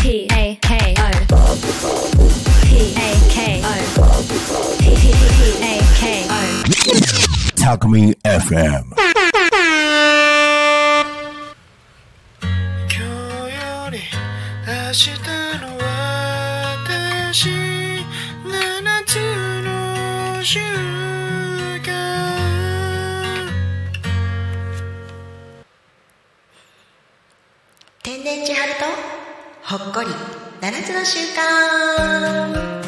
Talk Me FM。 今日より明日の私、7つの習慣。 天然千春とほっこり7つの習慣。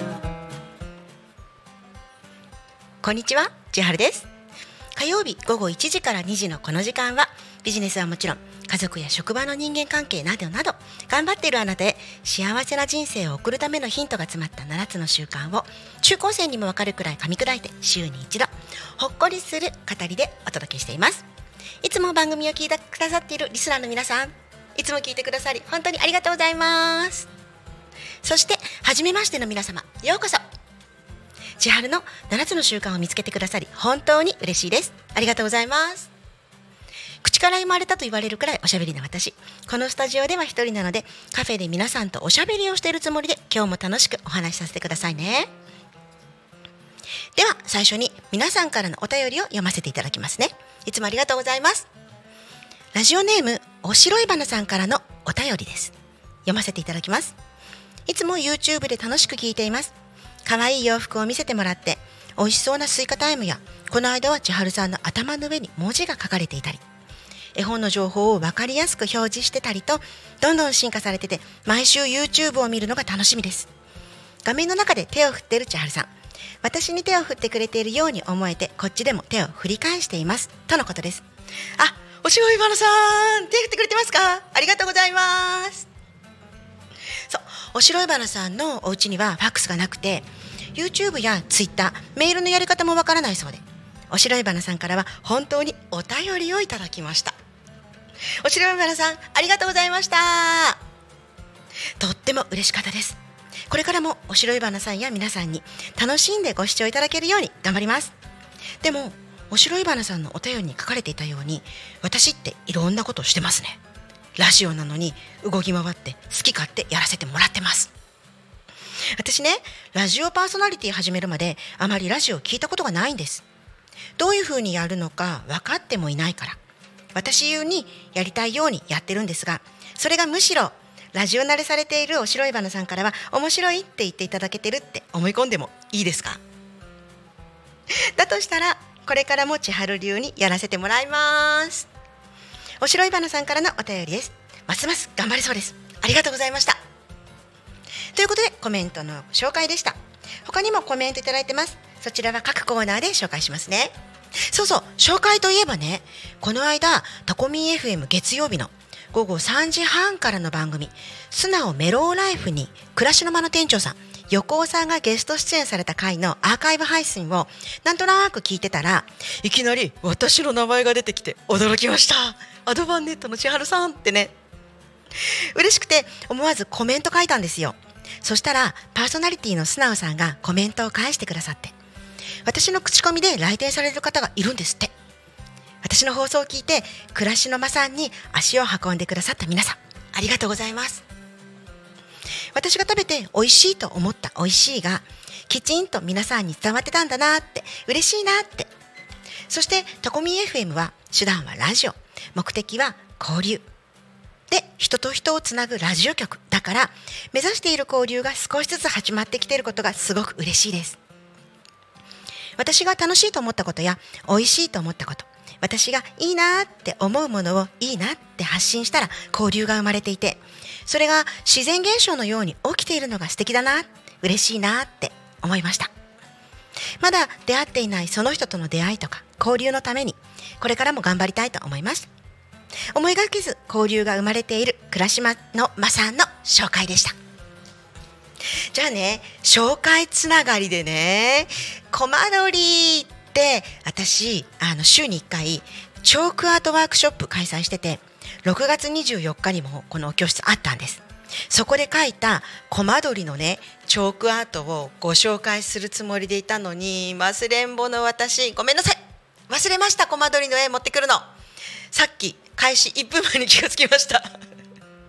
こんにちは、千春です。火曜日午後1時から2時のこの時間は、ビジネスはもちろん家族や職場の人間関係などなど、頑張っているあなたへ幸せな人生を送るためのヒントが詰まった7つの習慣を中高生にもわかるくらい噛み砕いて、週に一度ほっこりする語りでお届けしています。いつも番組を聞いてくださっているリスナーの皆さん、いつも聞いてくださり本当にありがとうございます。そして初めましての皆様、ようこそ。千春の7つの習慣を見つけてくださり本当に嬉しいです。ありがとうございます。口から生まれたと言われるくらいおしゃべりな私、このスタジオでは一人なので、カフェで皆さんとおしゃべりをしているつもりで、今日も楽しくお話しさせてくださいね。では最初に皆さんからのお便りを読ませていただきますね。いつもありがとうございます。ラジオネームおしろいばなさんからのお便りです。読ませていただきます。いつも YouTube で楽しく聞いています。可愛い洋服を見せてもらって、美味しそうなスイカタイムや、この間は千春さんの頭の上に文字が書かれていたり、絵本の情報を分かりやすく表示してたりと、どんどん進化されてて、毎週 YouTube を見るのが楽しみです。画面の中で手を振っている千春さん、私に手を振ってくれているように思えて、こっちでも手を振り返していますとのことです。あ、おしろいばなさん、手振ってくれてますか？ありがとうございます。そう、おしろいばなさんのお家にはファックスがなくて、 YouTube や Twitter、 メールのやり方もわからないそうで、おしろいばなさんからは本当にお便りをいただきました。おしろいばなさん、ありがとうございました。とっても嬉しかったです。これからもおしろいばなさんや皆さんに楽しんでご視聴いただけるように頑張ります。でもおしろいばなさんのお便りに書かれていたように、私っていろんなことをしてますね。ラジオなのに動き回って好き勝手やらせてもらってます。私ね、ラジオパーソナリティ始めるまであまりラジオを聞いたことがないんです。どういうふうにやるのか分かってもいないから、私流にやりたいようにやってるんですが、それがむしろラジオ慣れされているおしろいばなさんからは面白いって言っていただけてるって思い込んでもいいですか？だとしたらこれからも千春流にやらせてもらいます。おしろいばなさんからのお便りです。ますます頑張れそうです。ありがとうございました。ということでコメントの紹介でした。他にもコメントいただいてます。そちらは各コーナーで紹介しますね。そうそう、紹介といえばね、この間タコミン FM 月曜日の午後3時半からの番組、素直メローライフに暮らしの間の店長さん横尾さんがゲスト出演された回のアーカイブ配信をなんとなく聞いてたら、いきなり私の名前が出てきて驚きました。アドバンネットの千春さんってね、嬉しくて思わずコメント書いたんですよ。そしたらパーソナリティの素直さんがコメントを返してくださって、私の口コミで来店される方がいるんですって。私の放送を聞いて暮らしの間さんに足を運んでくださった皆さん、ありがとうございます。私が食べて美味しいと思った美味しいがきちんと皆さんに伝わってたんだなって、嬉しいなって。そしてタコミン FM は手段はラジオ、目的は交流で、人と人をつなぐラジオ局だから、目指している交流が少しずつ始まってきていることがすごく嬉しいです。私が楽しいと思ったことや美味しいと思ったこと、私がいいなって思うものをいいなって発信したら交流が生まれていて、それが自然現象のように起きているのが素敵だな、嬉しいなって思いました。まだ出会っていないその人との出会いとか交流のためにこれからも頑張りたいと思います。思いがけず交流が生まれている暮らしまのまさんの紹介でした。じゃあね、紹介つながりでね、コマ撮りって私週に1回チョークアートワークショップ開催してて、6月24日にもこの教室あったんです。そこで描いたコマ撮りのねチョークアートをご紹介するつもりでいたのに、忘れんぼの私、ごめんなさい、忘れました。コマ撮りの絵持ってくるの、さっき開始1分前に気がつきました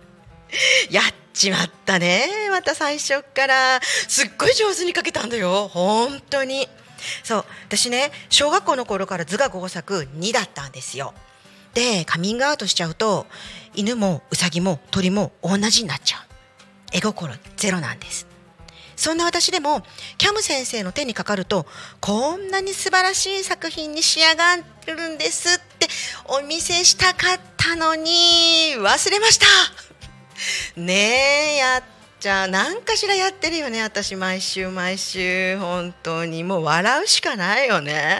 やっちまったね。また最初からすっごい上手に書けたんだよ、本当に。そう、私ね、小学校の頃から図画工作2だったんですよ。で、カミングアウトしちゃうと犬もウサギも鳥も同じになっちゃう。絵心ゼロなんです。そんな私でもキャム先生の手にかかるとこんなに素晴らしい作品に仕上がるんですってお見せしたかったのに忘れましたねえ、やっちゃ何かしらやってるよね、私毎週毎週。本当にもう笑うしかないよね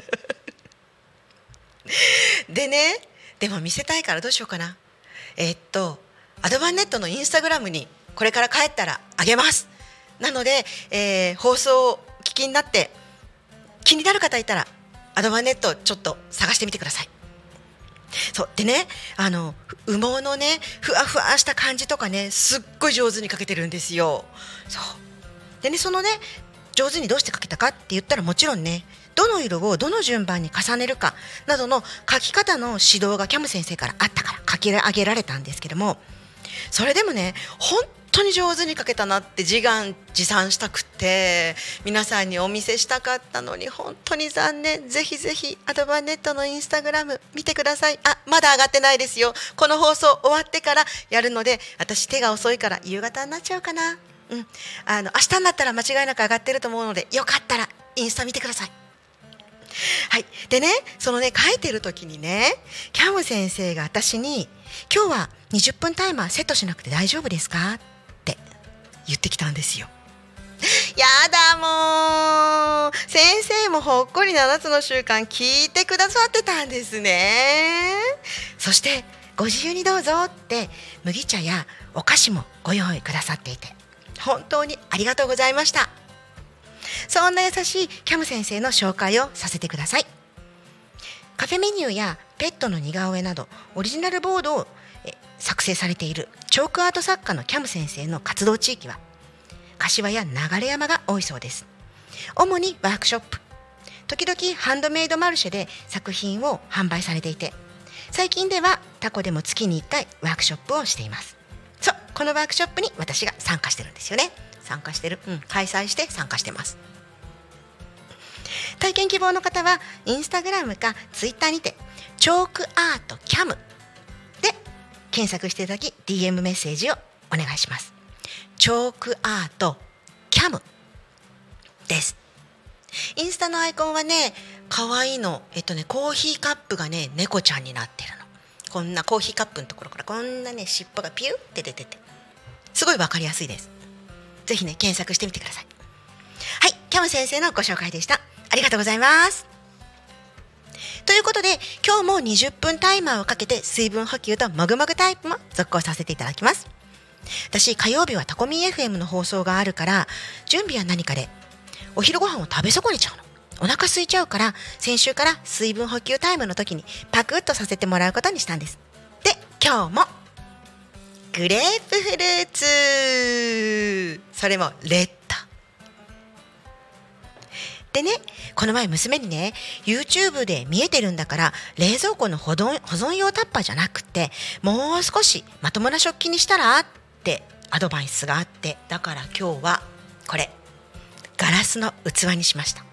でね、でも見せたいからどうしようかな。アドバンネットのインスタグラムにこれから帰ったらあげます。なので、放送を聞きになって気になる方いたらアドバンネットちょっと探してみてください。そうでね、羽毛のねふわふわした感じとかね、すっごい上手に描けてるんですよ。そうでね、そのね上手にどうして描けたかって言ったら、もちろんね、どの色をどの順番に重ねるかなどの描き方の指導がキャム先生からあったから描き上げられたんですけども、それでもね本当に上手に描けたなって自画自賛したくって皆さんにお見せしたかったのに本当に残念。ぜひぜひアドバンネットのインスタグラム見てください。まだ上がってないですよ。この放送終わってからやるので、私手が遅いから夕方になっちゃうかな。明日になったら間違いなく上がってると思うので、よかったらインスタ見てください。はい、でね、そのね書いてる時にね、キャム先生が私に今日は20分タイマーセットしなくて大丈夫ですかって言ってきたんですよ。やだ、もう先生もほっこり7つの習慣聞いてくださってたんですね。そしてご自由にどうぞって麦茶やお菓子もご用意くださっていて、本当にありがとうございました。そんな優しいキャム先生の紹介をさせてください。カフェメニューやペットの似顔絵などオリジナルボードを作成されているチョークアート作家のキャム先生の活動地域は柏や流山が多いそうです。主にワークショップ、時々ハンドメイドマルシェで作品を販売されていて、最近ではタコでも月に1回ワークショップをしています。そう、このワークショップに私が参加してるんですよね。開催して参加してます。体験希望の方はインスタグラムかツイッターにてチョークアートキャムで検索していただき DM メッセージをお願いします。チョークアートキャムです。インスタのアイコンはねかわいいの。コーヒーカップがね猫ちゃんになってるの。こんなコーヒーカップのところからこんなね尻尾がピューって出てて、すごいわかりやすいです。ぜひね検索してみてください。はい、キャム先生のご紹介でした。ありがとうございます。ということで今日も20分タイマーをかけて水分補給ともぐもぐタイプも続行させていただきます。私火曜日はタコミン FM の放送があるから準備は何かでお昼ご飯を食べ損ねちゃうの。お腹空いちゃうから、先週から水分補給タイムの時にパクッとさせてもらうことにしたんです。で、今日もグレープフルーツ、それもレッドでね、この前娘にね YouTube で見えてるんだから冷蔵庫の保存用タッパーじゃなくてもう少しまともな食器にしたらってアドバイスがあって、だから今日はこれガラスの器にしました。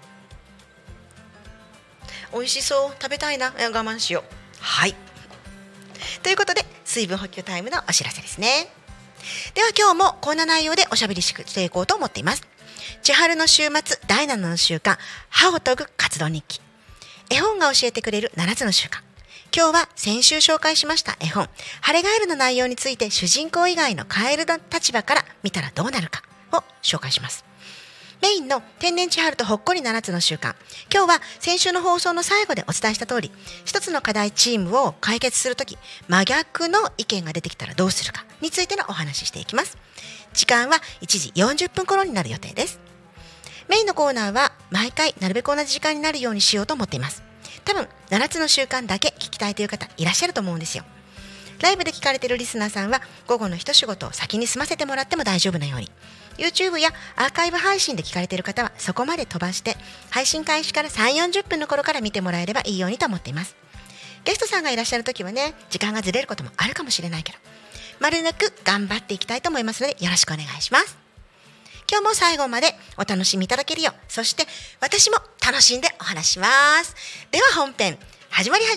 美味しそう、食べたいな、我慢しよう。はい、ということで水分補給タイムのお知らせですね。では今日もこんな内容でおしゃべりしていこうと思っています。千春の週末第7の習慣、歯を研ぐ活動日記。絵本が教えてくれる7つの習慣。今日は先週紹介しました絵本ハレガエルの内容について、主人公以外のカエルの立場から見たらどうなるかを紹介します。メインの天然千春とほっこり7つの習慣。今日は先週の放送の最後でお伝えした通り、一つの課題チームを解決するとき真逆の意見が出てきたらどうするかについてのお話ししていきます。時間は1時40分頃になる予定です。メインのコーナーは毎回なるべく同じ時間になるようにしようと思っています。多分7つの習慣だけ聞きたいという方いらっしゃると思うんですよ。ライブで聞かれているリスナーさんは午後の一仕事を先に済ませてもらっても大丈夫なように、 YouTube やアーカイブ配信で聞かれている方はそこまで飛ばして配信開始から 3,40 分の頃から見てもらえればいいようにと思っています。ゲストさんがいらっしゃるときはね時間がずれることもあるかもしれないけど、 丸抜く頑張っていきたいと思いますので、よろしくお願いします。今日も最後までお楽しみいただけるよう、そして私も楽しんでお話します。では本編始まり。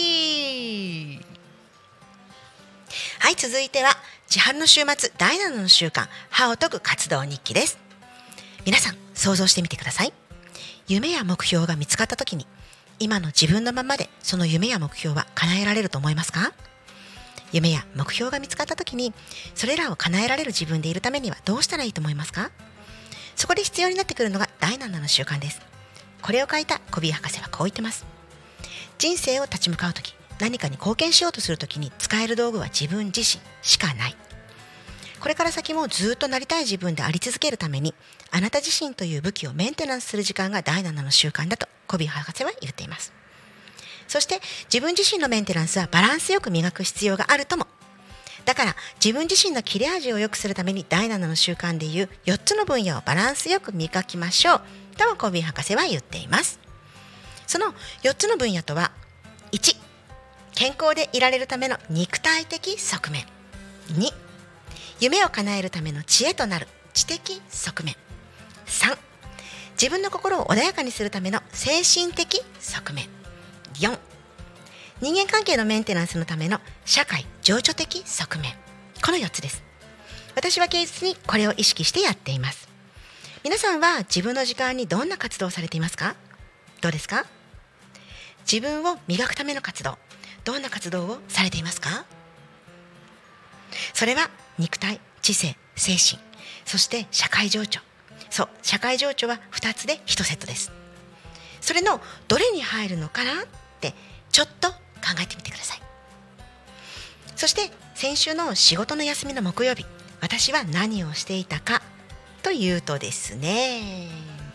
はい、続いては千春の週末第7の習慣、歯を研ぐ活動日記です。皆さん想像してみてください。夢や目標が見つかった時に、今の自分のままでその夢や目標は叶えられると思いますか？夢や目標が見つかった時に、それらを叶えられる自分でいるためにはどうしたらいいと思いますか？そこで必要になってくるのが第7の習慣です。これを書いた小ビ博士はこう言ってます。人生を立ち向かう時、何かに貢献しようとする時に使える道具は自分自身しかない。これから先もずっとなりたい自分であり続けるために、あなた自身という武器をメンテナンスする時間が第7の習慣だと小ビ博士は言っています。そして自分自身のメンテナンスはバランスよく磨く必要があるとも。だから自分自身の切れ味を良くするために第7の習慣でいう4つの分野をバランスよく磨きましょうと小ビ博士は言っています。その4つの分野とは、1、健康でいられるための肉体的側面。2、夢を叶えるための知恵となる知的側面。3、自分の心を穏やかにするための精神的側面。4、人間関係のメンテナンスのための社会情緒的側面。この4つです。私は堅実にこれを意識してやっています。皆さんは自分の時間にどんな活動をされていますか？どうですか？自分を磨くための活動、どんな活動をされていますか？それは肉体、知性、精神、そして社会情緒。そう、社会情緒は2つで1セットです。それのどれに入るのかなってちょっと考えてみてください。そして先週の仕事の休みの木曜日、私は何をしていたかというとですね、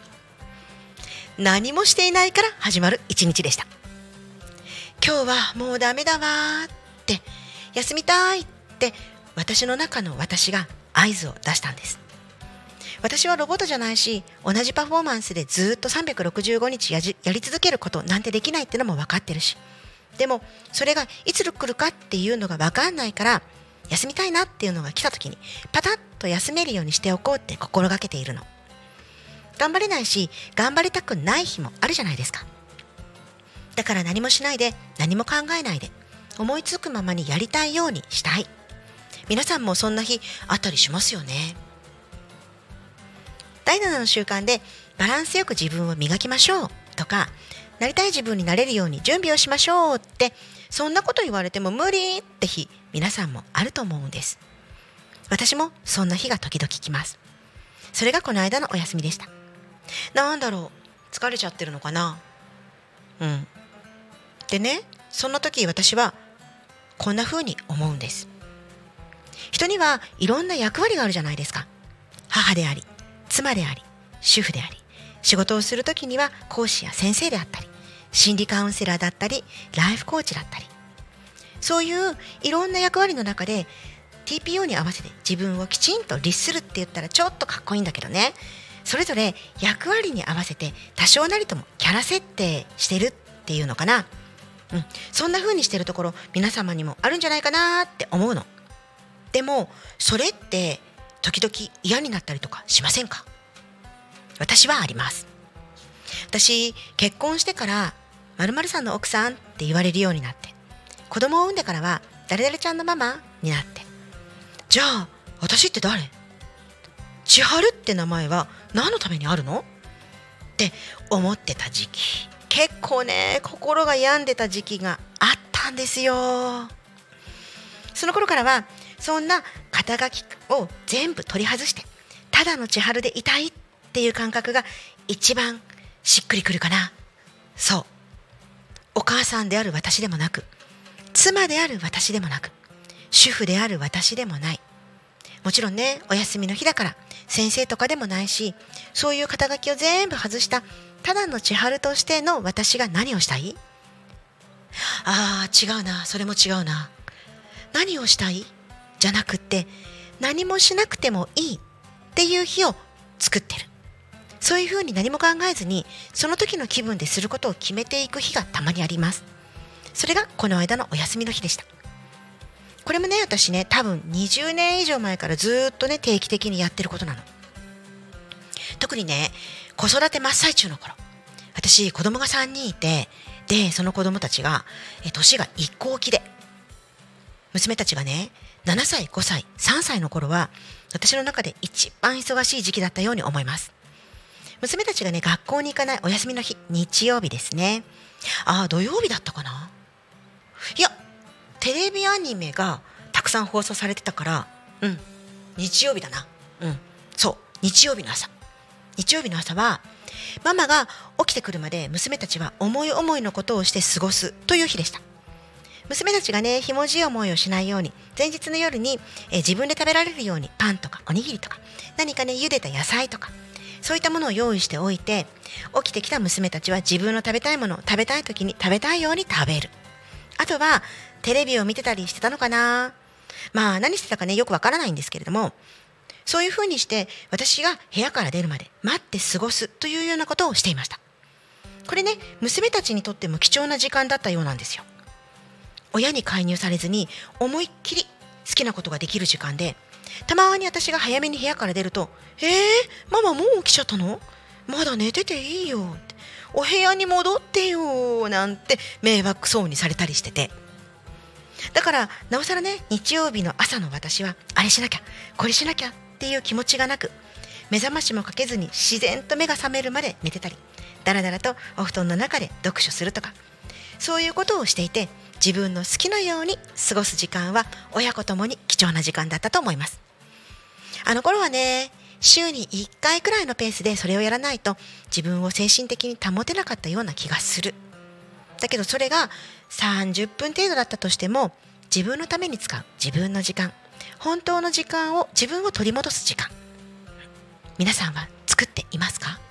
何もしていないから始まる一日でした。今日はもうダメだわって、休みたいって私の中の私が合図を出したんです。私はロボットじゃないし、同じパフォーマンスでずっと365日やり続けることなんてできないってのも分かってるし、でもそれがいつ来るかっていうのが分かんないから、休みたいなっていうのが来た時にパタッと休めるようにしておこうって心がけているの。頑張れないし頑張りたくない日もあるじゃないですか。だから何もしないで、何も考えないで、思いつくままにやりたいようにしたい。皆さんもそんな日あったりしますよね。第7の習慣でバランスよく自分を磨きましょうとか、なりたい自分になれるように準備をしましょうって、そんなこと言われても無理って日、皆さんもあると思うんです。私もそんな日が時々来ます。それがこの間のお休みでした。なんだろう、疲れちゃってるのかな。でね、そんな時私はこんな風に思うんです。人にはいろんな役割があるじゃないですか。母であり、妻であり、主婦であり、仕事をするときには講師や先生であったり、心理カウンセラーだったり、ライフコーチだったり、そういういろんな役割の中で TPO に合わせて自分をきちんと律するって言ったらちょっとかっこいいんだけどね、それぞれ役割に合わせて多少なりともキャラ設定してるっていうのかな。そんな風にしてるところ皆様にもあるんじゃないかなって思うの。でもそれって時々嫌になったりとかしませんか？私はあります。私結婚してから〇〇さんの奥さんって言われるようになって、子供を産んでからは誰々ちゃんのママになって、じゃあ私って誰？千春って名前は何のためにあるの？って思ってた時期、結構ね心が病んでた時期があったんですよ。その頃からはそんな肩書きを全部取り外して、ただの千春でいたいっていう感覚が一番しっくりくるかな。そう、お母さんである私でもなく、妻である私でもなく、主婦である私でもない。もちろんね、お休みの日だから先生とかでもないし、そういう肩書きを全部外したただの千春としての私が何をしたい？違うな、それも違うな。何をしたい？じゃなくって、何もしなくてもいいっていう日を作ってる。そういうふうに何も考えずに、その時の気分ですることを決めていく日がたまにあります。それがこの間のお休みの日でした。 これもね、私ね、多分20年以上前からずっとね、定期的にやってることなの。特にね、子育て真っ最中の頃、私子供が3人いて、でその子供たちが年が一個置きで、娘たちがね7歳5歳3歳の頃は、私の中で一番忙しい時期だったように思います。娘たちがね学校に行かないお休みの日、日曜日ですね。土曜日だったかな。いや、テレビアニメがたくさん放送されてたから、日曜日だな。そう、日曜日の朝はママが起きてくるまで娘たちは思い思いのことをして過ごすという日でした。娘たちがねひもじい思いをしないように、前日の夜に自分で食べられるようにパンとかおにぎりとか何かね茹でた野菜とかそういったものを用意しておいて、起きてきた娘たちは自分の食べたいものを食べたい時に食べたいように食べる。あとはテレビを見てたりしてたのかな。何してたかねよくわからないんですけれども、そういう風にして私が部屋から出るまで待って過ごすというようなことをしていました。これね、娘たちにとっても貴重な時間だったようなんですよ。親に介入されずに思いっきり好きなことができる時間で、たまに私が早めに部屋から出ると、ママもう起きちゃったの？まだ寝てていいよって、お部屋に戻ってよなんて迷惑そうにされたりしてて、だからなおさらね、日曜日の朝の私はあれしなきゃこれしなきゃっていう気持ちがなく、目覚ましもかけずに自然と目が覚めるまで寝てたり、だらだらとお布団の中で読書するとか、そういうことをしていて、自分の好きなように過ごす時間は親子ともに貴重な時間だったと思います。あの頃はね、週に1回くらいのペースでそれをやらないと自分を精神的に保てなかったような気がする。だけどそれが30分程度だったとしても、自分のために使う自分の時間、本当の時間を自分を取り戻す時間、皆さんは作っていますか？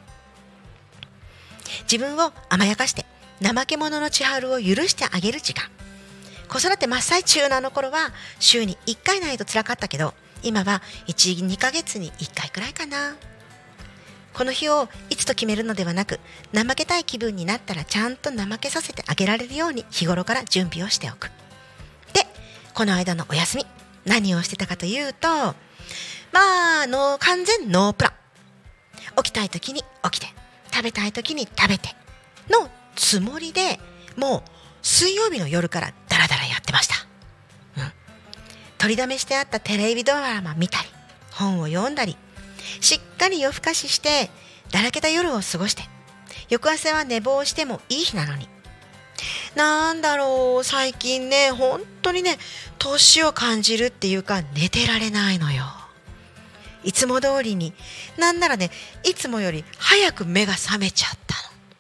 自分を甘やかして怠け者の千春を許してあげる時間。子育て真っ最中のあの頃は週に1回ないと辛かったけど、今は 1,2 ヶ月に1回くらいかな。この日をいつと決めるのではなく、怠けたい気分になったらちゃんと怠けさせてあげられるように日頃から準備をしておく。で、この間のお休み何をしてたかというと、完全ノープラン。起きたい時に起きて、食べたい時に食べてのつもりで、もう水曜日の夜からダラダラやってました。取りだめしてあったテレビドラマ見たり、本を読んだり、しっかり夜更かししてだらけた夜を過ごして、翌朝は寝坊してもいい日なのに、最近ね、本当にね、年を感じるっていうか、寝てられないのよ。いつも通りに、なんならね、いつもより早く目が覚めちゃったの。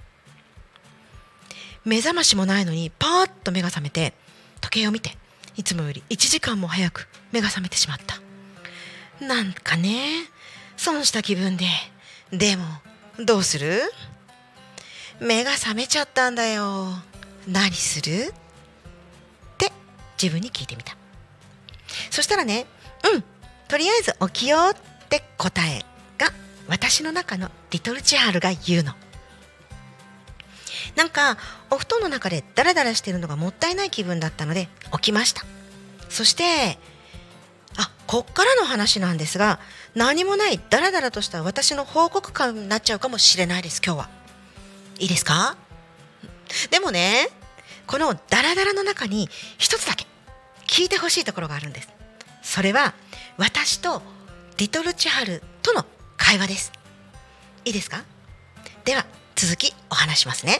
目覚ましもないのにパーッと目が覚めて、時計を見て、いつもより1時間も早く目が覚めてしまった。なんかね、損した気分で。でもどうする？目が覚めちゃったんだよ。何する？って自分に聞いてみた。そしたらね、とりあえず起きようって答えが私の中のリトル千春が言うの。なんかお布団の中でダラダラしてるのがもったいない気分だったので起きました。そしてこっからの話なんですが、何もないダラダラとした私の報告会になっちゃうかもしれないです。今日はいいですか？でもね、このダラダラの中に一つだけ聞いてほしいところがあるんです。それは私とリトル千春との会話です。いいですか？では続きお話しますね。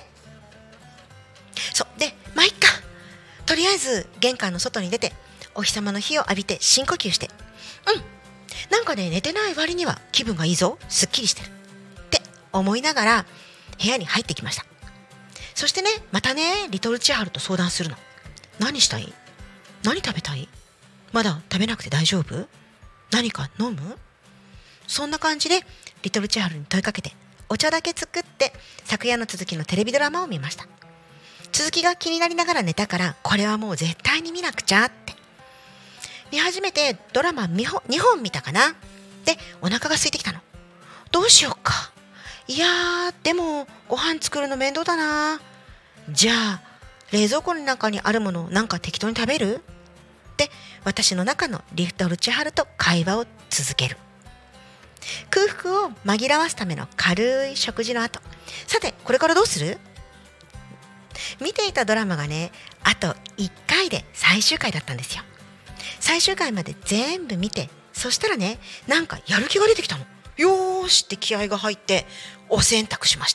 で、いっか、とりあえず玄関の外に出てお日様の火を浴びて深呼吸して、なんかね、寝てない割には気分がいいぞ、すっきりしてるって思いながら部屋に入ってきました。そしてね、またね、リトル千春と相談するの。何したい？何食べたい？まだ食べなくて大丈夫？何か飲む？そんな感じでリトル千春に問いかけて、お茶だけ作って昨夜の続きのテレビドラマを見ました。続きが気になりながら寝たから、これはもう絶対に見なくちゃって見始めて、ドラマ2本見たかな。で、お腹が空いてきたの。どうしようか。いやー、でもご飯作るの面倒だな。じゃあ冷蔵庫の中にあるものをなんか適当に食べる？ って私の中のリトル千春と会話を続ける。空腹を紛らわすための軽い食事の後、さてこれからどうする？見ていたドラマがね、あと1回で最終回だったんですよ。最終回まで全部見て、そしたらね、なんかやる気が出てきたの。よーしって気合が入ってお洗濯しました。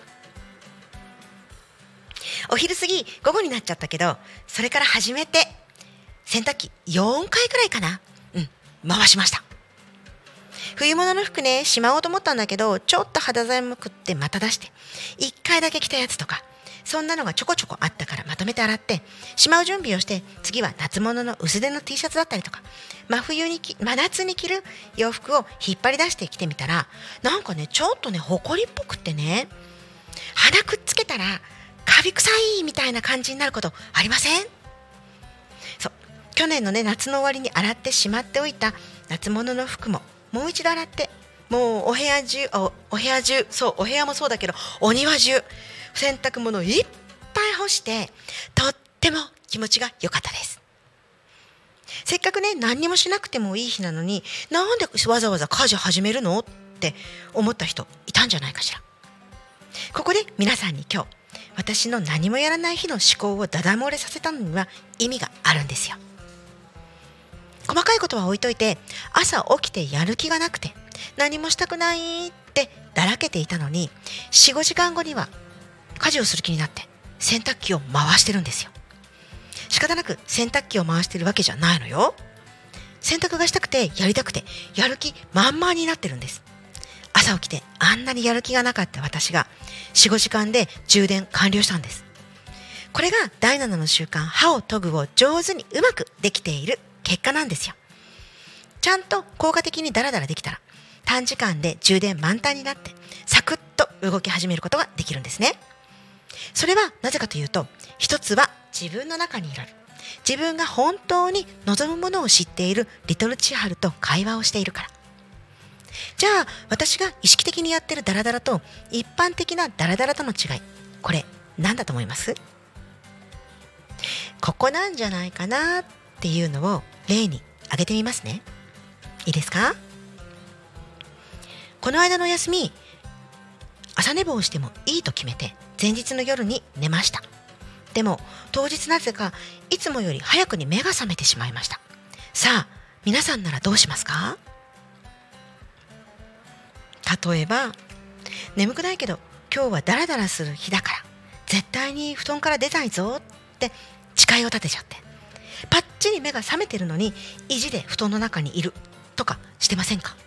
お昼過ぎ午後になっちゃったけど、それから始めて洗濯機4回くらいかな、回しました。冬物の服ね、しまおうと思ったんだけど、ちょっと肌寒くってまた出して、1回だけ着たやつとか、そんなのがちょこちょこあったからまとめて洗ってしまう準備をして、次は夏物の薄手の T シャツだったりとか、真夏に着る洋服を引っ張り出して着てみたら、なんかね、ちょっとね、ほこりっぽくってね、鼻くっつけたらカビ臭いみたいな感じになることありません？そう、去年のね、夏の終わりに洗ってしまっておいた夏物の服ももう一度洗って、もうお部屋中、そう、お部屋もそうだけどお庭中洗濯物をいっぱい干して、とっても気持ちが良かったです。せっかくね、何にもしなくてもいい日なのに、なんでわざわざ家事始めるのって思った人いたんじゃないかしら。ここで皆さんに今日、私の何もやらない日の思考をダダ漏れさせたのには意味があるんですよ。細かいことは置いといて、朝起きてやる気がなくて何もしたくないってだらけていたのに、 4,5 時間後には家事をする気になって洗濯機を回してるんですよ。仕方なく洗濯機を回してるわけじゃないのよ。洗濯がしたくてやりたくてやる気満々になってるんです。朝起きてあんなにやる気がなかった私が 4,5 時間で充電完了したんです。これが第7の習慣、歯を研ぐを上手にうまくできている結果なんですよ。ちゃんと効果的にダラダラできたら、短時間で充電満タンになってサクッと動き始めることができるんですね。それはなぜかというと、一つは自分の中にいる、自分が本当に望むものを知っているリトル千春と会話をしているから。じゃあ私が意識的にやってるダラダラと一般的なダラダラとの違い、これ何だと思います？ここなんじゃないかなっていうのを例に挙げてみますね。いいですか？この間の休み、朝寝坊をしてもいいと決めて前日の夜に寝ました。でも当日なぜかいつもより早くに目が覚めてしまいました。さあ皆さんならどうしますか？例えば、眠くないけど今日はダラダラする日だから絶対に布団から出ないぞって誓いを立てちゃって、パッチリ目が覚めてるのに意地で布団の中にいるとかしてませんか？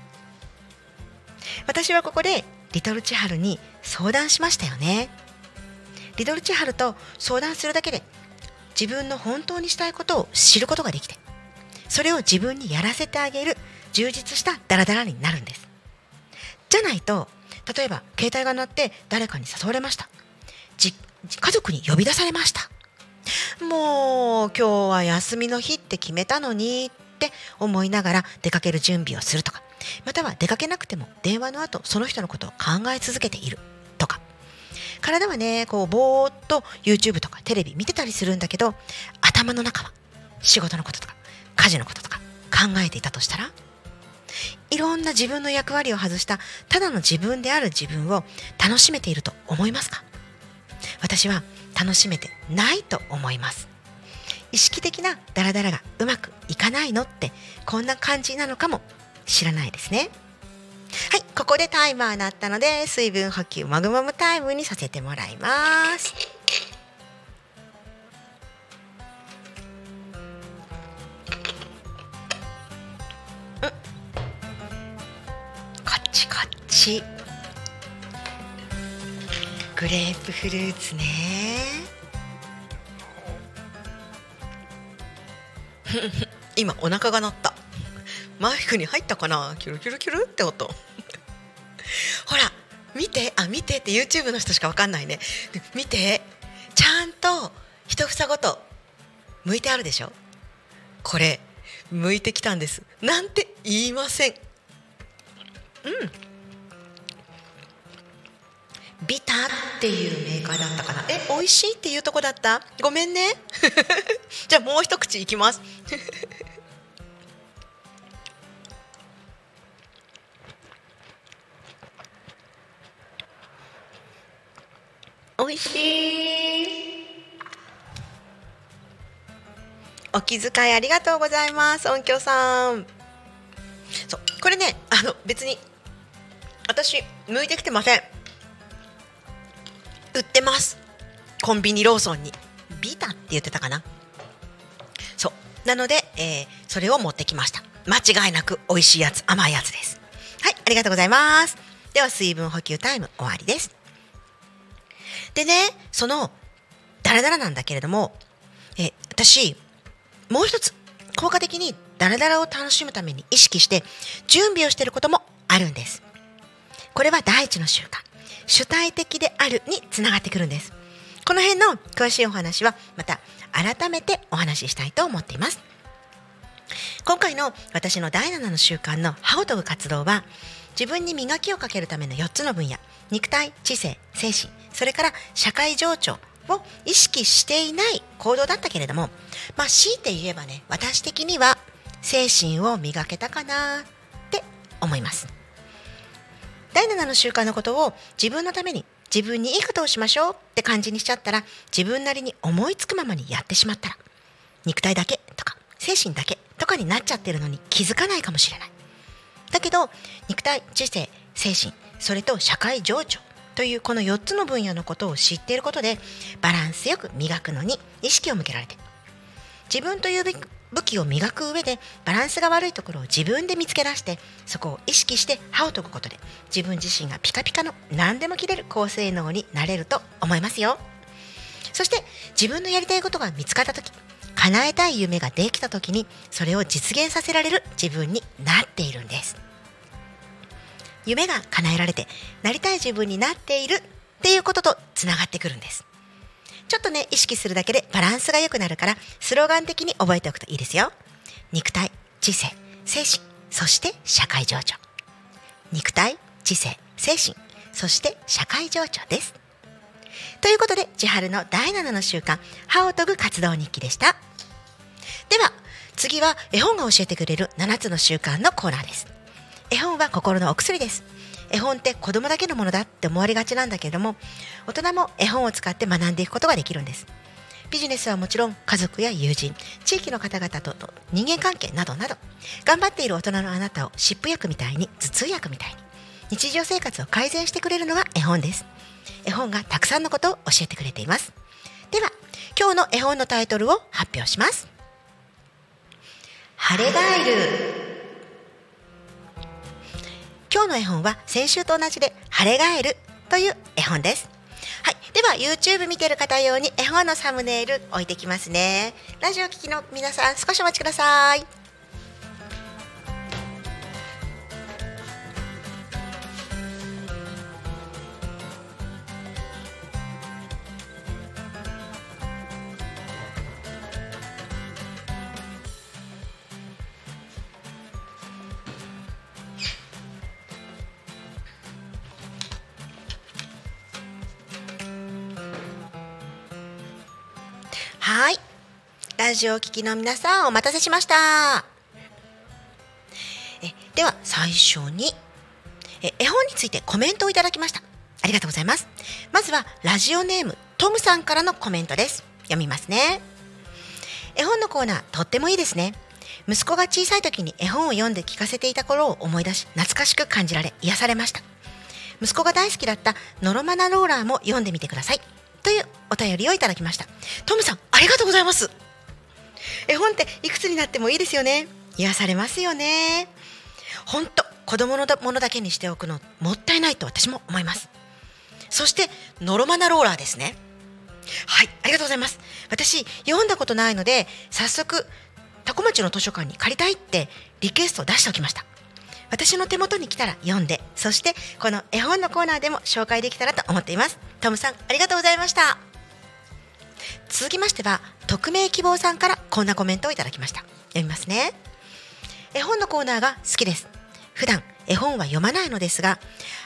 私はここでリトル千春に相談しましたよね。リトル千春と相談するだけで自分の本当にしたいことを知ることができて、それを自分にやらせてあげる充実したダラダラになるんです。じゃないと、例えば携帯が鳴って誰かに誘われました、家族に呼び出されました、もう今日は休みの日って決めたのにって思いながら出かける準備をするとか、または出かけなくても電話の後その人のことを考え続けているとか、体はね、こうぼーっと YouTube とかテレビ見てたりするんだけど、頭の中は仕事のこととか家事のこととか考えていたとしたら、いろんな自分の役割を外したただの自分である自分を楽しめていると思いますか？私は楽しめてないと思います。意識的なダラダラがうまくいかないのってこんな感じなのかも知らないですね。はい、ここでタイマー鳴ったので水分補給もぐもぐタイムにさせてもらいます。こっちこっち、グレープフルーツね。今お腹が鳴った。マイクに入ったかな、キュルキュルキュルって音。ほら見て、見てって YouTube の人しかわかんないね。見て、ちゃんと一房ごと剥いてあるでしょ。これ剥いてきたんですなんて言いません。 ビタっていうメーカーだったかな。美味しいっていうとこだった？ごめんねじゃあもう一口いきます美味しい。お気遣いありがとうございます、音響さん。そう、これね、別に私剥いてきてません。売ってます、コンビニローソンに。ビタって言ってたかな。そうなので、それを持ってきました。間違いなく美味しいやつ、甘いやつです。はい、ありがとうございます。では水分補給タイム終わりです。でね、そのダラダラなんだけれども、私もう一つ効果的にダラダラを楽しむために意識して準備をしていることもあるんです。これは第一の習慣、主体的であるにつながってくるんです。この辺の詳しいお話はまた改めてお話ししたいと思っています。今回の私の第7の習慣の歯を研ぐ活動は、自分に磨きをかけるための4つの分野、肉体、知性、精神、それから社会情緒を意識していない行動だったけれども、強いて言えばね、私的には精神を磨けたかなって思います。第7の習慣のことを自分のために、自分にいいことをしましょうって感じにしちゃったら、自分なりに思いつくままにやってしまったら、肉体だけとか精神だけとかになっちゃってるのに気づかないかもしれない。だけど肉体、知性、精神、それと社会情緒というこの4つの分野のことを知っていることで、バランスよく磨くのに意識を向けられて、自分という武器を磨く上でバランスが悪いところを自分で見つけ出して、そこを意識して歯を研ぐことで、自分自身がピカピカの何でも切れる高性能になれると思いますよ。そして自分のやりたいことが見つかったとき、叶えたい夢ができたときに、それを実現させられる自分になっているんです。夢が叶えられてなりたい自分になっているっていうこととつながってくるんです。ちょっとね、意識するだけでバランスが良くなるから、スローガン的に覚えておくといいですよ。肉体、知性、精神、そして社会情緒。肉体、知性、精神、そして社会情緒です。ということで、千春の第7の習慣、歯を研ぐ活動日記でした。では次は絵本が教えてくれる7つの習慣のコーナーです。絵本は心のお薬です。絵本って子供だけのものだって思われがちなんだけれども、大人も絵本を使って学んでいくことができるんです。ビジネスはもちろん、家族や友人、地域の方々との人間関係などなど、頑張っている大人のあなたを湿布薬みたいに、頭痛薬みたいに、日常生活を改善してくれるのが絵本です。絵本がたくさんのことを教えてくれています。では今日の絵本のタイトルを発表します。晴れガエル。今日の絵本は先週と同じで晴れガエルという絵本です。はい、では YouTube 見てる方用に絵本のサムネイル置いてきますね。ラジオ聴きの皆さん、少しお待ちください。はい、ラジオ聴きの皆さん、お待たせしました。では最初に絵本についてコメントをいただきました。ありがとうございます。まずはラジオネームトムさんからのコメントです。読みますね。絵本のコーナーとってもいいですね。息子が小さい時に絵本を読んで聞かせていた頃を思い出し、懐かしく感じられ癒されました。息子が大好きだったノロマナローラーも読んでみてくださいというお便りをいただきました。トムさん、ありがとうございます。絵本っていくつになってもいいですよね。癒されますよね。本当、子供のものだけにしておくのもったいないと私も思います。そしてノロマナローラーですね。はい、ありがとうございます。私読んだことないので、早速多古町の図書館に借りたいってリクエストを出しておきました。私の手元に来たら読んで、そしてこの絵本のコーナーでも紹介できたらと思っています。トムさん、ありがとうございました。続きましては匿名希望さんからこんなコメントをいただきました。読みますね。絵本のコーナーが好きです。普段絵本は読まないのですが、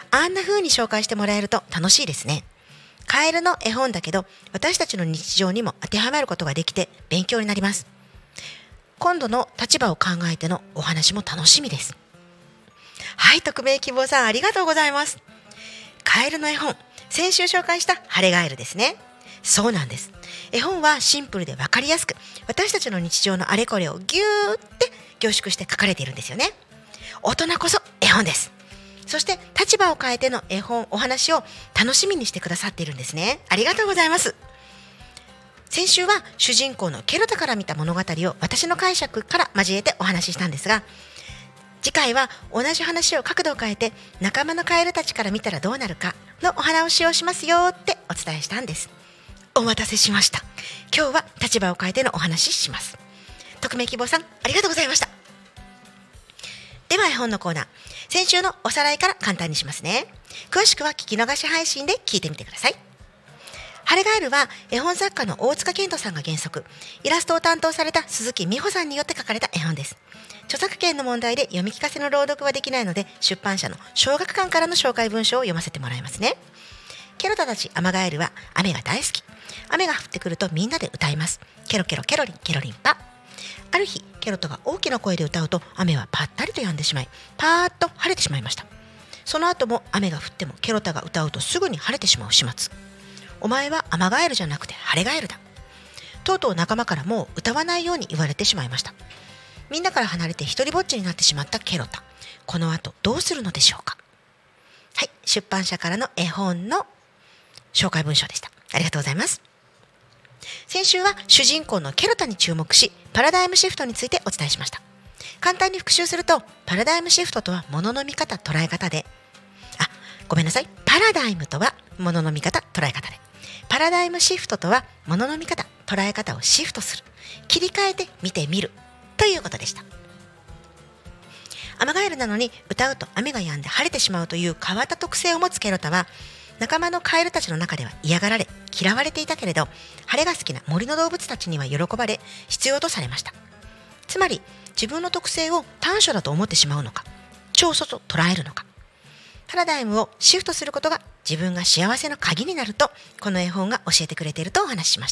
あんな風に紹介してもらえると楽しいですね。カエルの絵本だけど私たちの日常にも当てはまることができて勉強になります。今度の立場を考えてのお話も楽しみです。はい、匿名希望さんありがとうございます。カエルの絵本、先週紹介した晴れガエルですね。そうなんです。絵本はシンプルで分かりやすく、私たちの日常のあれこれをギューって凝縮して書かれているんですよね。大人こそ絵本です。そして立場を変えての絵本、お話を楽しみにしてくださっているんですね。ありがとうございます。先週は主人公のケロタから見た物語を私の解釈から交えてお話ししたんですが、次回は同じ話を角度を変えて仲間のカエルたちから見たらどうなるかのお話をしますよってお伝えしたんです。お待たせしました。今日は立場を変えてのお話します。匿名希望さんありがとうございました。では絵本のコーナー、先週のおさらいから簡単にしますね。詳しくは聞き逃し配信で聞いてみてください。晴れガエルは絵本作家の大塚健人さんが原作、イラストを担当された鈴木美穂さんによって書かれた絵本です。著作権の問題で読み聞かせの朗読はできないので、出版社の小学館からの紹介文章を読ませてもらいますね。ケロタたちアマガエルは雨が大好き。雨が降ってくるとみんなで歌います。ケロケロケロリンケロリンパ。ある日ケロトが大きな声で歌うと雨はぱったりと止んでしまい、パーッと晴れてしまいました。その後も雨が降ってもケロタが歌うとすぐに晴れてしまう始末。お前はアマガエルじゃなくて晴れガエルだ。とうとう仲間からもう歌わないように言われてしまいました。みんなから離れて一人ぼっちになってしまったケロタ。この後どうするのでしょうか。はい、出版社からの絵本の紹介文章でした。ありがとうございます。先週は主人公のケロタに注目し、パラダイムシフトについてお伝えしました。簡単に復習すると、パラダイムシフトとは物の見方、捉え方で、ごめんなさい、パラダイムとは物の見方、捉え方で、パラダイムシフトとは物の見方、捉え方をシフトする、切り替えて見てみるということでした。アマガエルなのに歌うと雨が止んで晴れてしまうという変わった特性を持つケロタは、仲間のカエルたちの中では嫌がられ嫌われていたけれど、晴れが好きな森の動物たちには喜ばれ必要とされました。つまり自分の特性を短所だと思ってしまうのか、長所と捉えるのか、パラダイムをシフトすることが自分が幸せの鍵になると、この絵本が教えてくれているとお話ししました。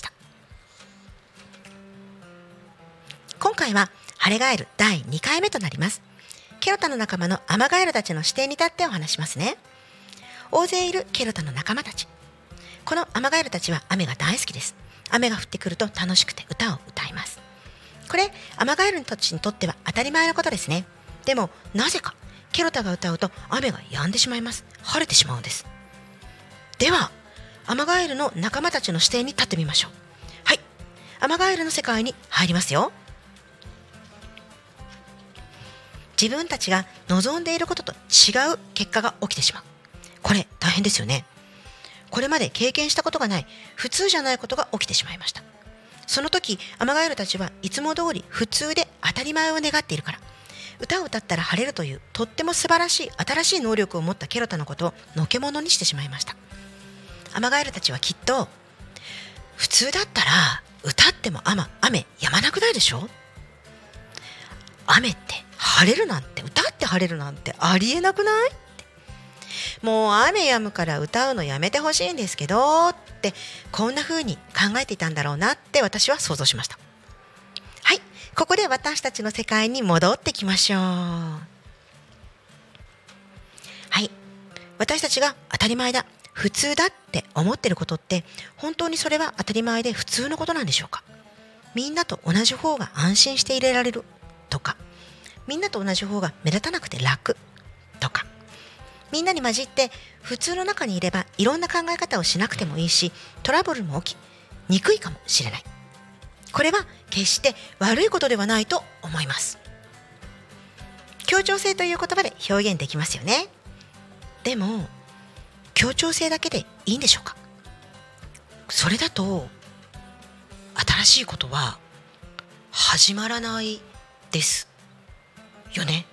今回は晴れガエル第2回目となります。ケロタの仲間のアマガエルたちの視点に立ってお話しますね。大勢いるケロタの仲間たち。このアマガエルたちは雨が大好きです。雨が降ってくると楽しくて歌を歌います。これアマガエルたちにとっては当たり前のことですね。でもなぜかケロタが歌うと雨が止んでしまいます。晴れてしまうんです。ではアマガエルの仲間たちの視点に立ってみましょう。はい、アマガエルの世界に入りますよ。自分たちが望んでいることと違う結果が起きてしまう。これ大変ですよね。これまで経験したことがない普通じゃないことが起きてしまいました。その時アマガエルたちはいつも通り普通で当たり前を願っているから、歌を歌ったら晴れるというとっても素晴らしい新しい能力を持ったケロタのことをのけものにしてしまいました。アマガエルたちはきっと、普通だったら歌っても雨止まなくないでしょ。雨って晴れるなんて、歌って晴れるなんてありえなくない？もう雨止むから歌うのやめてほしいんですけどって、こんな風に考えていたんだろうなって私は想像しました。はい、ここで私たちの世界に戻ってきましょう。はい、私たちが当たり前だ、普通だって思ってることって、本当にそれは当たり前で普通のことなんでしょうか。みんなと同じ方が安心していられるとか、みんなと同じ方が目立たなくて楽とか、みんなに混じって普通の中にいればいろんな考え方をしなくてもいいし、トラブルも起きにくいかもしれない。これは決して悪いことではないと思います。協調性という言葉で表現できますよね。でも協調性だけでいいんでしょうか。それだと新しいことは始まらないですよね。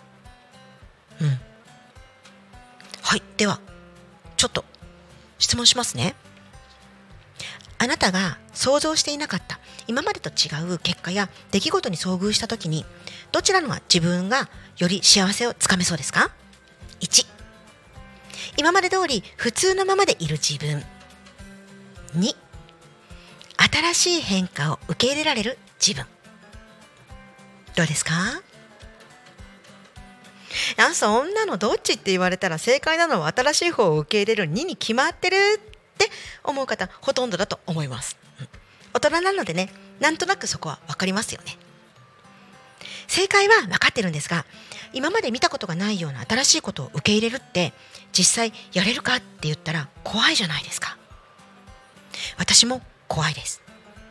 はい、ではちょっと質問しますね。あなたが想像していなかった今までと違う結果や出来事に遭遇したときに、どちらのが自分がより幸せをつかめそうですか？ 1、 今まで通り普通のままでいる自分。2、新しい変化を受け入れられる自分。どうですか？そんなのどっちって言われたら正解なのは新しい方を受け入れる2に決まってるって思う方ほとんどだと思います。大人なのでね、なんとなくそこは分かりますよね。正解は分かってるんですが、今まで見たことがないような新しいことを受け入れるって実際やれるかって言ったら怖いじゃないですか。私も怖いです。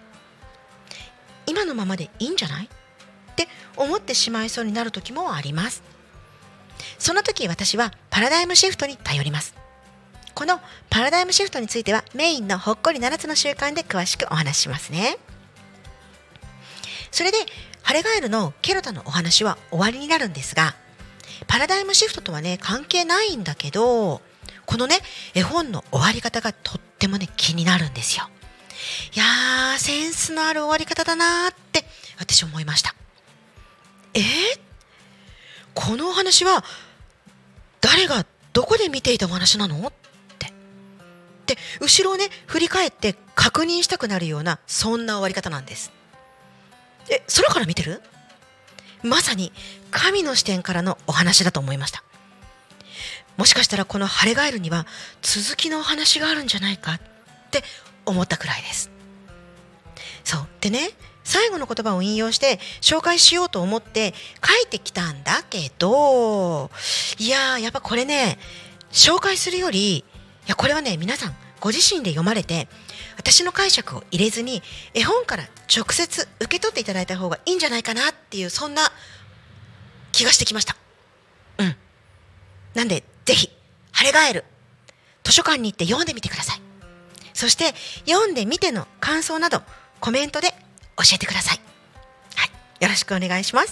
今のままでいいんじゃないって思ってしまいそうになる時もあります。その時私はパラダイムシフトに頼ります。このパラダイムシフトについてはメインのほっこり7つの習慣で詳しくお話ししますね。それでハレガエルのケルタのお話は終わりになるんですが、パラダイムシフトとはね関係ないんだけど、このね絵本の終わり方がとってもね気になるんですよ。いやー、センスのある終わり方だなーって私思いました。このお話は誰がどこで見ていたお話なのって後ろをね振り返って確認したくなるような、そんな終わり方なんです。空から見てる？まさに神の視点からのお話だと思いました。もしかしたらこのハレガエルには続きのお話があるんじゃないかって思ったくらいです。そうでね、最後の言葉を引用して紹介しようと思って書いてきたんだけど、やっぱこれね紹介するより、これはね皆さんご自身で読まれて私の解釈を入れずに絵本から直接受け取っていただいた方がいいんじゃないかなっていう、そんな気がしてきました。なんでぜひハレガエル図書館に行って読んでみてください。そして読んでみての感想などコメントで教えてください。よろしくお願いします。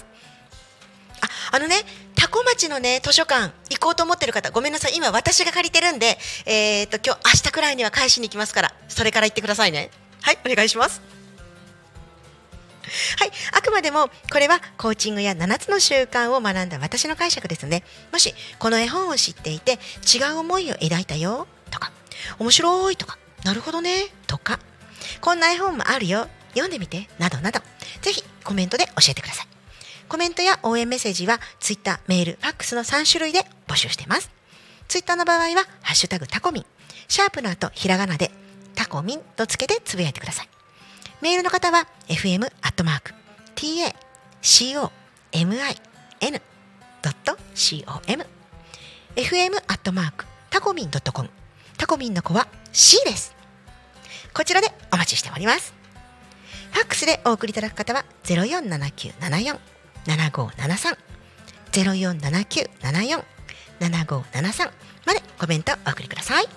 多古町のね図書館行こうと思ってる方、ごめんなさい、今私が借りてるんで、今日明日くらいには返しに行きますから、それから行ってくださいね。お願いします。あくまでもこれはコーチングや7つの習慣を学んだ私の解釈ですので、もしこの絵本を知っていて違う思いを抱いたよとか、面白いとか、なるほどねとか、こんな絵本もあるよ読んでみてなどなど、ぜひコメントで教えてください。コメントや応援メッセージはツイッター、メール、ファックスの3種類で募集しています。ツイッターの場合はハッシュタグタコミン、シャープの後ひらがなでタコミンとつけてつぶやいてください。メールの方は fm@tacomin.com fm@tacomin.com、 タコミンの子は C です。こちらでお待ちしております。ファックスでお送りいただく方は 0479747573 0479747573 までコメントをお送りください。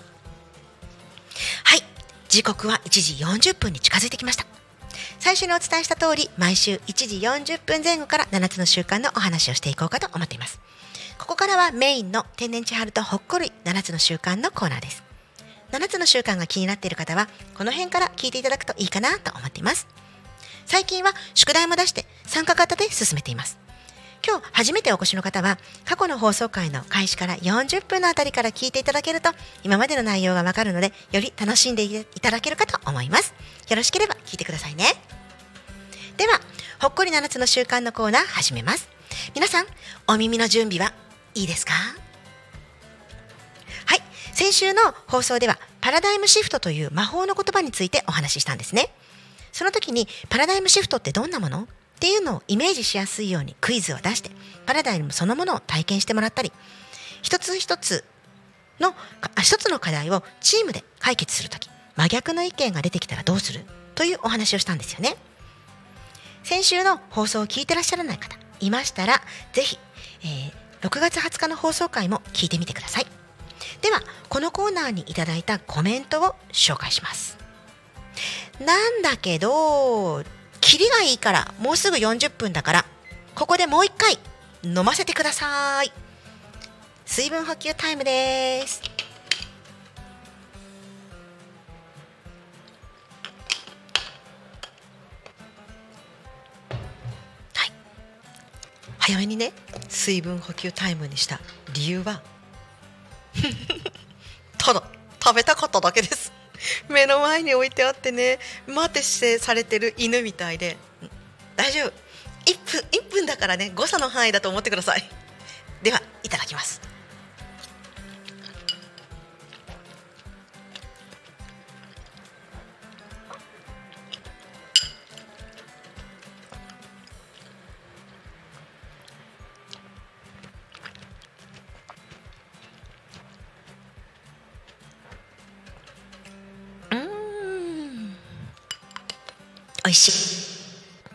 時刻は1時40分に近づいてきました。最初にお伝えした通り、毎週1時40分前後から7つの習慣のお話をしていこうかと思っています。ここからはメインの天然千春とほっこり7つの習慣のコーナーです。7つの習慣が気になっている方はこの辺から聞いていただくといいかなと思っています。最近は宿題も出して参加型で進めています。今日初めてお越しの方は過去の放送回の開始から40分のあたりから聞いていただけると今までの内容がわかるので、より楽しんでいただけるかと思います。よろしければ聞いてくださいね。ではほっこり7つの習慣のコーナー始めます。皆さんお耳の準備はいいですか？先週の放送ではパラダイムシフトという魔法の言葉についてお話ししたんですね。その時にパラダイムシフトってどんなものっていうのをイメージしやすいようにクイズを出して、パラダイムそのものを体験してもらったり、一つの課題をチームで解決するとき真逆の意見が出てきたらどうするというお話をしたんですよね。先週の放送を聞いてらっしゃらない方いましたら、ぜひ、6月20日の放送回も聞いてみてください。ではこのコーナーにいただいたコメントを紹介します。なんだけどキリがいいからもうすぐ40分だから、ここでもう一回飲ませてください。水分補給タイムです。早めにね水分補給タイムにした理由は、 ただ食べたかっただけです。目の前に置いてあってね、待てされてる犬みたいで、大丈夫、1分だからね、誤差の範囲だと思ってください。ではいただきます。美味しい。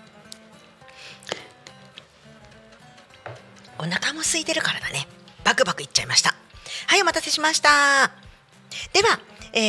お腹も空いてるからだね。バクバクいっちゃいました。はい、お待たせしました。では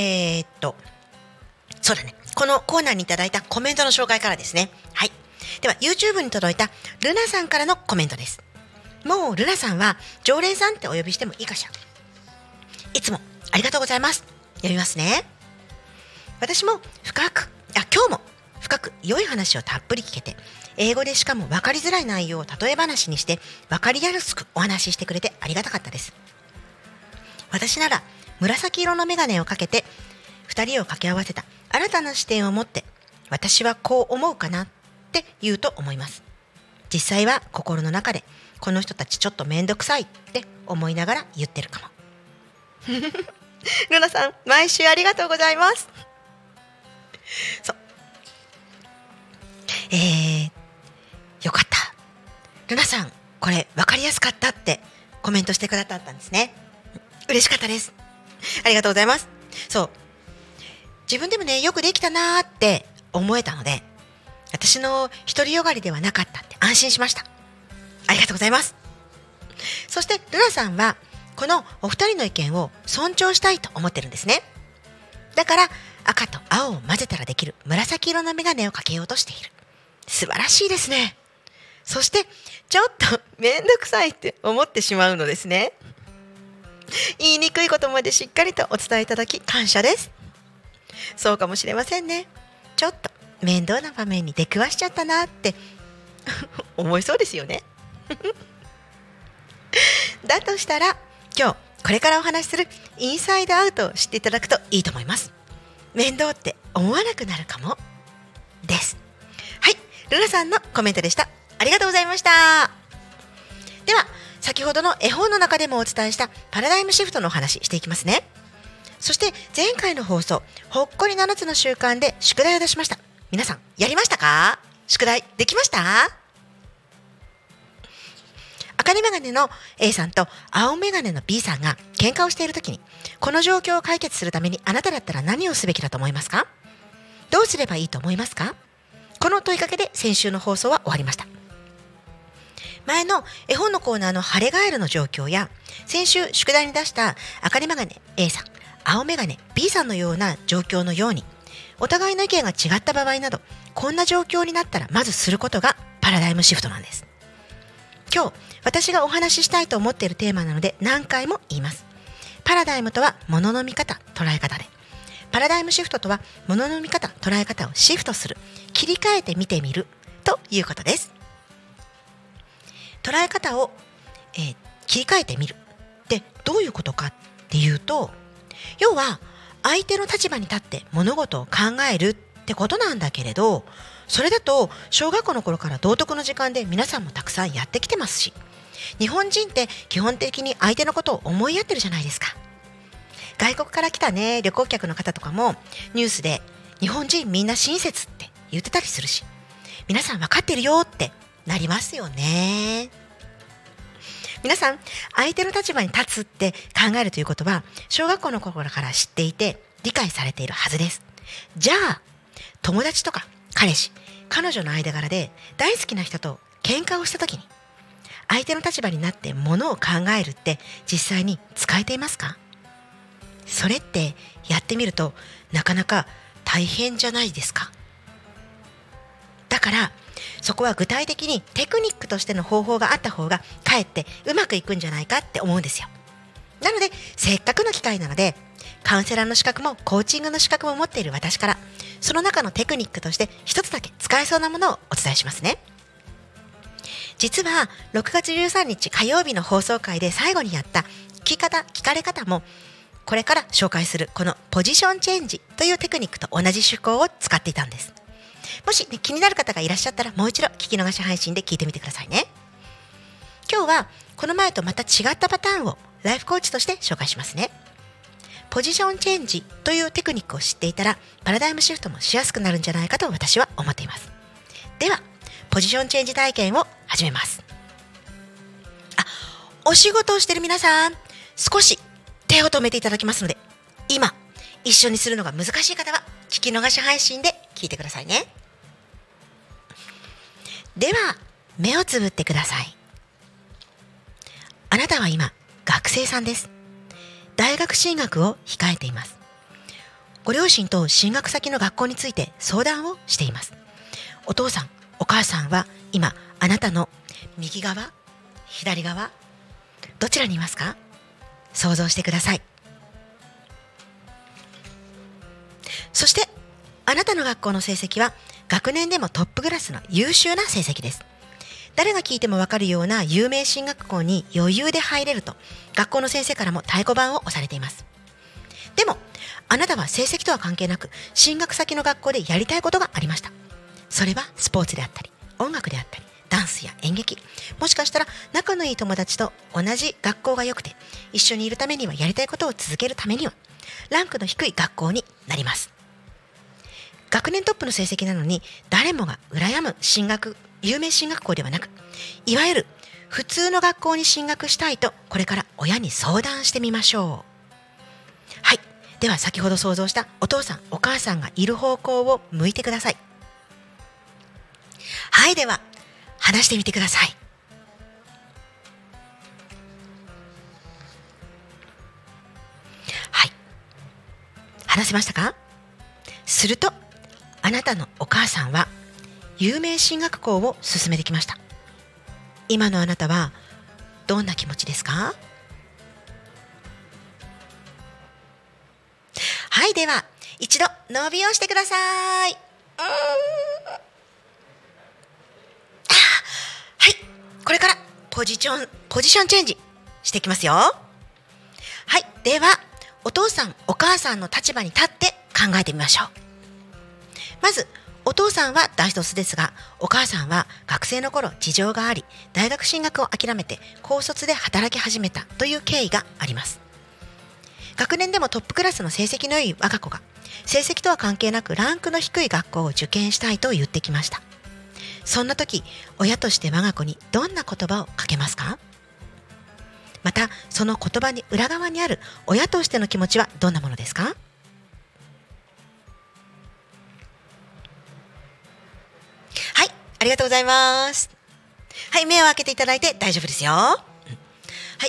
そうだね、このコーナーにいただいたコメントの紹介からですね。はい、では YouTube に届いたルナさんからのコメントです。もうルナさんは常連さんってお呼びしてもいいかしら。いつもありがとうございます。読みますね。私も今日も深く良い話をたっぷり聞けて、英語でしかも分かりづらい内容を例え話にして分かりやすくお話ししてくれてありがたかったです。私なら紫色の眼鏡をかけて2人を掛け合わせた新たな視点を持って、私はこう思うかなって言うと思います。実際は心の中でこの人たちちょっとめんどくさいって思いながら言ってるかも。ルナさん、毎週ありがとうございます。そう、よかった、ルナさんこれ分かりやすかったってコメントしてくださったんですね。嬉しかったです。ありがとうございます。そう、自分でもね、よくできたなーって思えたので、私の独りよがりではなかったって安心しました。ありがとうございます。そしてルナさんはこのお二人の意見を尊重したいと思ってるんですね。だから赤と青を混ぜたらできる紫色の眼鏡をかけようとしている。素晴らしいですね。そしてちょっとめんどくさいって思ってしまうのですね。言いにくいことまでしっかりとお伝えいただき感謝です。そうかもしれませんね。ちょっと面倒な場面に出くわしちゃったなって思いそうですよね。だとしたら今日これからお話しするインサイドアウトを知っていただくといいと思います。面倒って思わなくなるかもです。はい、ルナさんのコメントでした。ありがとうございました。では先ほどの絵本の中でもお伝えしたパラダイムシフトのお話していきますね。そして前回の放送、ほっこり7つの習慣で宿題を出しました。皆さんやりましたか？宿題できました？赤眼鏡の A さんと青眼鏡の B さんが喧嘩をしているときに、この状況を解決するためにあなただったら何をすべきだと思いますか？どうすればいいと思いますか？この問いかけで先週の放送は終わりました。前の絵本のコーナーの晴れガエルの状況や、先週宿題に出した赤眼鏡 A さん、青眼鏡 B さんのような状況のように、お互いの意見が違った場合など、こんな状況になったらまずすることがパラダイムシフトなんです。今日私がお話ししたいと思っているテーマなので何回も言います。パラダイムとは物の見方、捉え方で、パラダイムシフトとは物の見方、捉え方をシフトする、切り替えて見てみるということです。捉え方を、切り替えてみるってどういうことかっていうと、要は相手の立場に立って物事を考えるってことなんだけれど、それだと小学校の頃から道徳の時間で皆さんもたくさんやってきてますし、日本人って基本的に相手のことを思いやってるじゃないですか。外国から来たね、旅行客の方とかもニュースで日本人みんな親切って言ってたりするし、皆さん分かってるよってなりますよね。皆さん相手の立場に立つって考えるということは小学校の頃から知っていて理解されているはずです。じゃあ友達とか彼氏、彼女の間柄で大好きな人と喧嘩をしたときに、相手の立場になってものを考えるって実際に使えていますか？それってやってみるとなかなか大変じゃないですか。だからそこは具体的にテクニックとしての方法があった方がかえってうまくいくんじゃないかって思うんですよ。なのでせっかくの機会なので、カウンセラーの資格もコーチングの資格も持っている私から、その中のテクニックとして一つだけ使えそうなものをお伝えしますね。実は6月13日火曜日の放送回で最後にやった聞かれ方もこれから紹介するこのポジションチェンジというテクニックと同じ手法を使っていたんです。もし、気になる方がいらっしゃったらもう一度聞き逃し配信で聞いてみてくださいね。今日はこの前とまた違ったパターンをライフコーチとして紹介しますね。ポジションチェンジというテクニックを知っていたらパラダイムシフトもしやすくなるんじゃないかと私は思っています。ではポジションチェンジ体験を始めます。お仕事をしている皆さん、少し手を止めていただきますので、今一緒にするのが難しい方は聞き逃し配信で聞いてくださいね。では目をつぶってください。あなたは今学生さんです。大学進学を控えています。ご両親と進学先の学校について相談をしています。お父さんお母さんは今あなたの右側左側どちらにいますか？想像してください。そしてあなたの学校の成績は学年でもトップクラスの優秀な成績です。誰が聞いてもわかるような有名進学校に余裕で入れると学校の先生からも太鼓判を押されています。でもあなたは成績とは関係なく進学先の学校でやりたいことがありました。それはスポーツであったり音楽であったりダンスや演劇、もしかしたら仲のいい友達と同じ学校が良くて一緒にいるためにはやりたいことを続けるためにはランクの低い学校になります。学年トップの成績なのに誰もが羨む有名進学校ではなく、いわゆる普通の学校に進学したいとこれから親に相談してみましょう。はい、では先ほど想像したお父さんお母さんがいる方向を向いてください。はい、では話してみてください。はい、話せましたか？するとあなたのお母さんは有名進学校を勧めてきました。今のあなたはどんな気持ちですか？はい、では一度伸びをしてください。はい、これからポジションチェンジしていきますよ。はい、ではお父さんお母さんの立場に立って考えてみましょう。まずお父さんは大卒ですが、お母さんは学生の頃事情があり大学進学を諦めて高卒で働き始めたという経緯があります。学年でもトップクラスの成績の良い我が子が成績とは関係なくランクの低い学校を受験したいと言ってきました。そんな時、親として我が子にどんな言葉をかけますか？またその言葉に裏側にある親としての気持ちはどんなものですか？はい、ありがとうございます。はい、目を開けていただいて大丈夫ですよ。はい、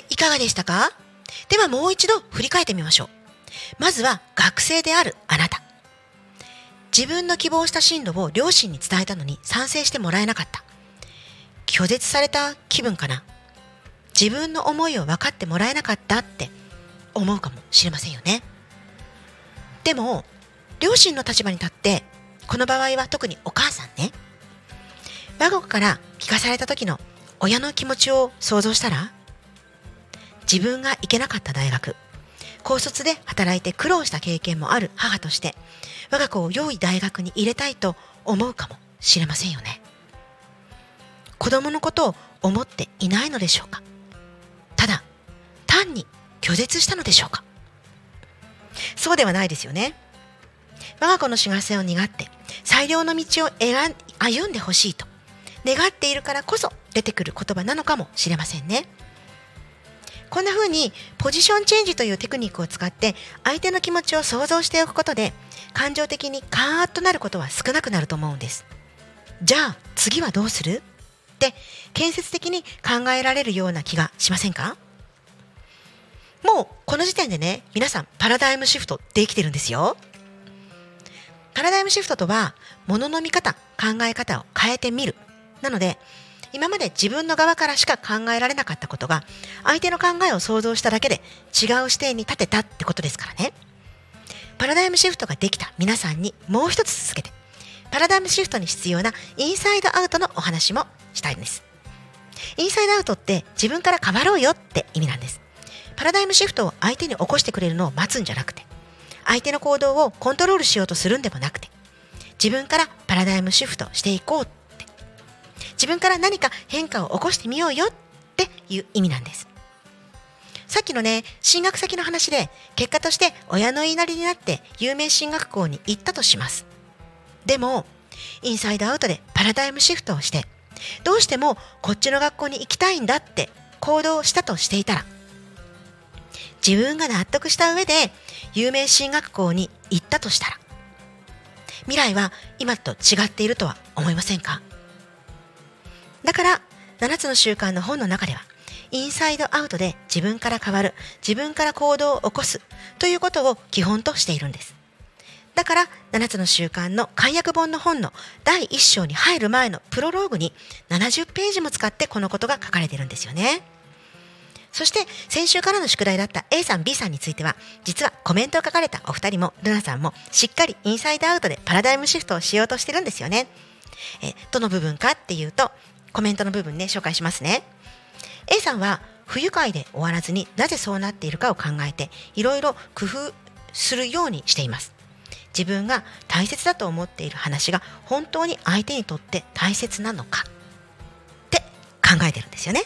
いかがでしたか？ではもう一度振り返ってみましょう。まずは学生であるあなた。自分の希望した進路を両親に伝えたのに賛成してもらえなかった。拒絶された気分かな。自分の思いを分かってもらえなかったって思うかもしれませんよね。でも両親の立場に立って、この場合は特にお母さんね、我が子から聞かされた時の親の気持ちを想像したら、自分が行けなかった大学、高卒で働いて苦労した経験もある母として我が子を良い大学に入れたいと思うかもしれませんよね。子供のことを思っていないのでしょうか？ただ単に拒絶したのでしょうか？そうではないですよね。我が子の幸せを願って最良の道を歩んでほしいと願っているからこそ出てくる言葉なのかもしれませんね。こんな風にポジションチェンジというテクニックを使って相手の気持ちを想像しておくことで、感情的にカーッとなることは少なくなると思うんです。じゃあ次はどうするって建設的に考えられるような気がしませんか？もうこの時点でね、皆さんパラダイムシフトできてるんですよ。パラダイムシフトとは物の見方、考え方を変えてみるなので、今まで自分の側からしか考えられなかったことが相手の考えを想像しただけで違う視点に立てたってことですからね。パラダイムシフトができた皆さんにもう一つ続けて、パラダイムシフトに必要なインサイドアウトのお話もしたいんです。インサイドアウトって自分から変わろうよって意味なんです。 パラダイムシフトを相手に起こしてくれるのを待つんじゃなくて、相手の行動をコントロールしようとするんでもなくて、自分からパラダイムシフトしていこうって、自分から何か変化を起こしてみようよっていう意味なんです。さっきのね、進学先の話で、結果として親の言いなりになって有名進学校に行ったとします。でもインサイドアウトでパラダイムシフトをして、どうしてもこっちの学校に行きたいんだって行動したとしていたら、自分が納得した上で有名進学校に行ったとしたら、未来は今と違っているとは思いませんか？だから7つの習慣の本の中では、インサイドアウトで自分から変わる、自分から行動を起こすということを基本としているんです。だから7つの習慣の簡約本の本の第1章に入る前のプロローグに70ページも使ってこのことが書かれているんですよね。そして先週からの宿題だった A さん B さんについては、実はコメントを書かれたお二人もルナさんもしっかりインサイドアウトでパラダイムシフトをしようとしてるんですよね。どの部分かっていうと、コメントの部分ね、紹介しますね。A さんは不愉快で終わらずになぜそうなっているかを考えて、いろいろ工夫するようにしています。自分が大切だと思っている話が本当に相手にとって大切なのかって考えてるんですよね。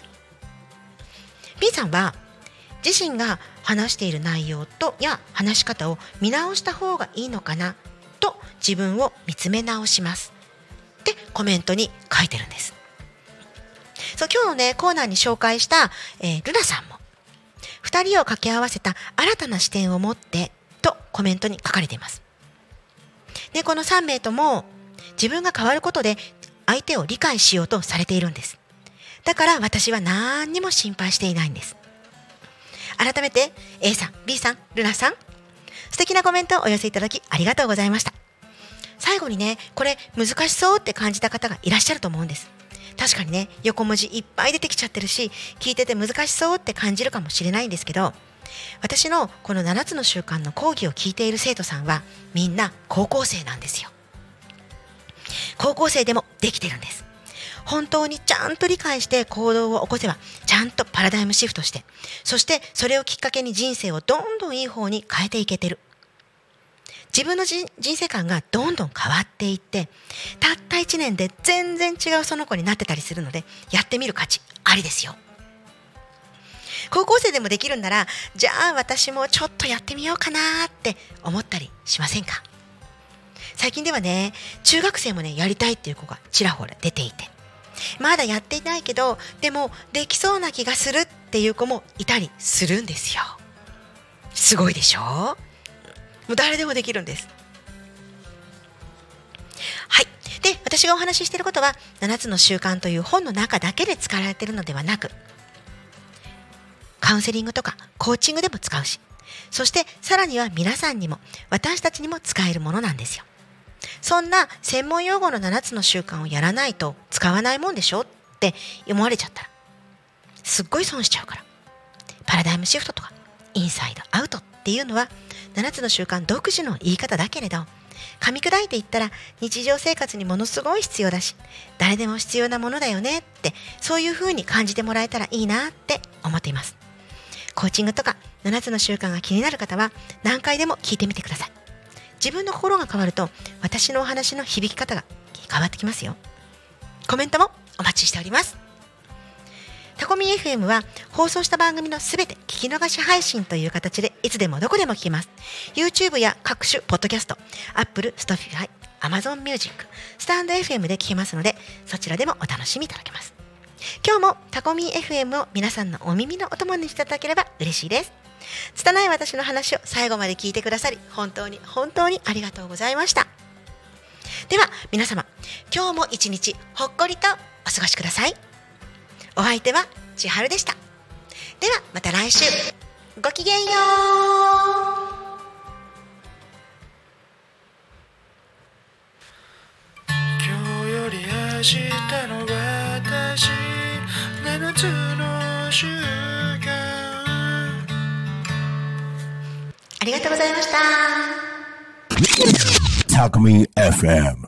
B さんは自身が話している内容とや話し方を見直した方がいいのかなと自分を見つめ直しますってコメントに書いてるんです。そう、今日のねコーナーに紹介した、ルナさんも2人を掛け合わせた新たな視点を持ってとコメントに書かれています。で、この3名とも自分が変わることで相手を理解しようとされているんです。だから私は何にも心配していないんです。改めて A さん B さんルナさん、素敵なコメントをお寄せいただきありがとうございました。最後にね、これ難しそうって感じた方がいらっしゃると思うんです。確かにね、横文字いっぱい出てきちゃってるし、聞いてて難しそうって感じるかもしれないんですけど、私のこの7つの習慣の講義を聞いている生徒さんはみんな高校生なんですよ。高校生でもできてるんです。本当にちゃんと理解して行動を起こせば、ちゃんとパラダイムシフトして、そしてそれをきっかけに人生をどんどんいい方に変えていけてる。自分の人生観がどんどん変わっていって、たった1年で全然違うその子になってたりするので、やってみる価値ありですよ。高校生でもできるんなら、じゃあ私もちょっとやってみようかなって思ったりしませんか？最近ではね、中学生もねやりたいっていう子がちらほら出ていて、まだやっていないけどでもできそうな気がするっていう子もいたりするんですよ。すごいでしょ？もう誰でもできるんです。はい。で、私がお話ししていることは7つの習慣という本の中だけで使われているのではなく、カウンセリングとかコーチングでも使うし、そしてさらには皆さんにも私たちにも使えるものなんですよ。そんな専門用語の7つの習慣をやらないと使わないもんでしょって思われちゃったらすっごい損しちゃうから、パラダイムシフトとかインサイドアウトっていうのは7つの習慣独自の言い方だけれど、噛み砕いていったら日常生活にものすごい必要だし、誰でも必要なものだよねって、そういう風に感じてもらえたらいいなって思っています。コーチングとか7つの習慣が気になる方は何回でも聞いてみてください。自分の心が変わると私のお話の響き方が変わってきますよ。コメントもお待ちしております。タコミ FM は放送した番組のすべて聞き逃し配信という形でいつでもどこでも聞けます。 YouTube や各種ポッドキャスト、 Apple、Spotify、Amazon Music、Stand FM で聞けますので、そちらでもお楽しみいただけます。今日もタコミ FM を皆さんのお耳のお供にしていただければ嬉しいです。拙い私の話を最後まで聞いてくださり本当に本当にありがとうございました。では皆様、今日も一日ほっこりとお過ごしください。お相手は千春でした。ではまた来週、ごきげんよう。 今日より明日の私、7つの習慣。 ありがとうございました。 Talk Me FM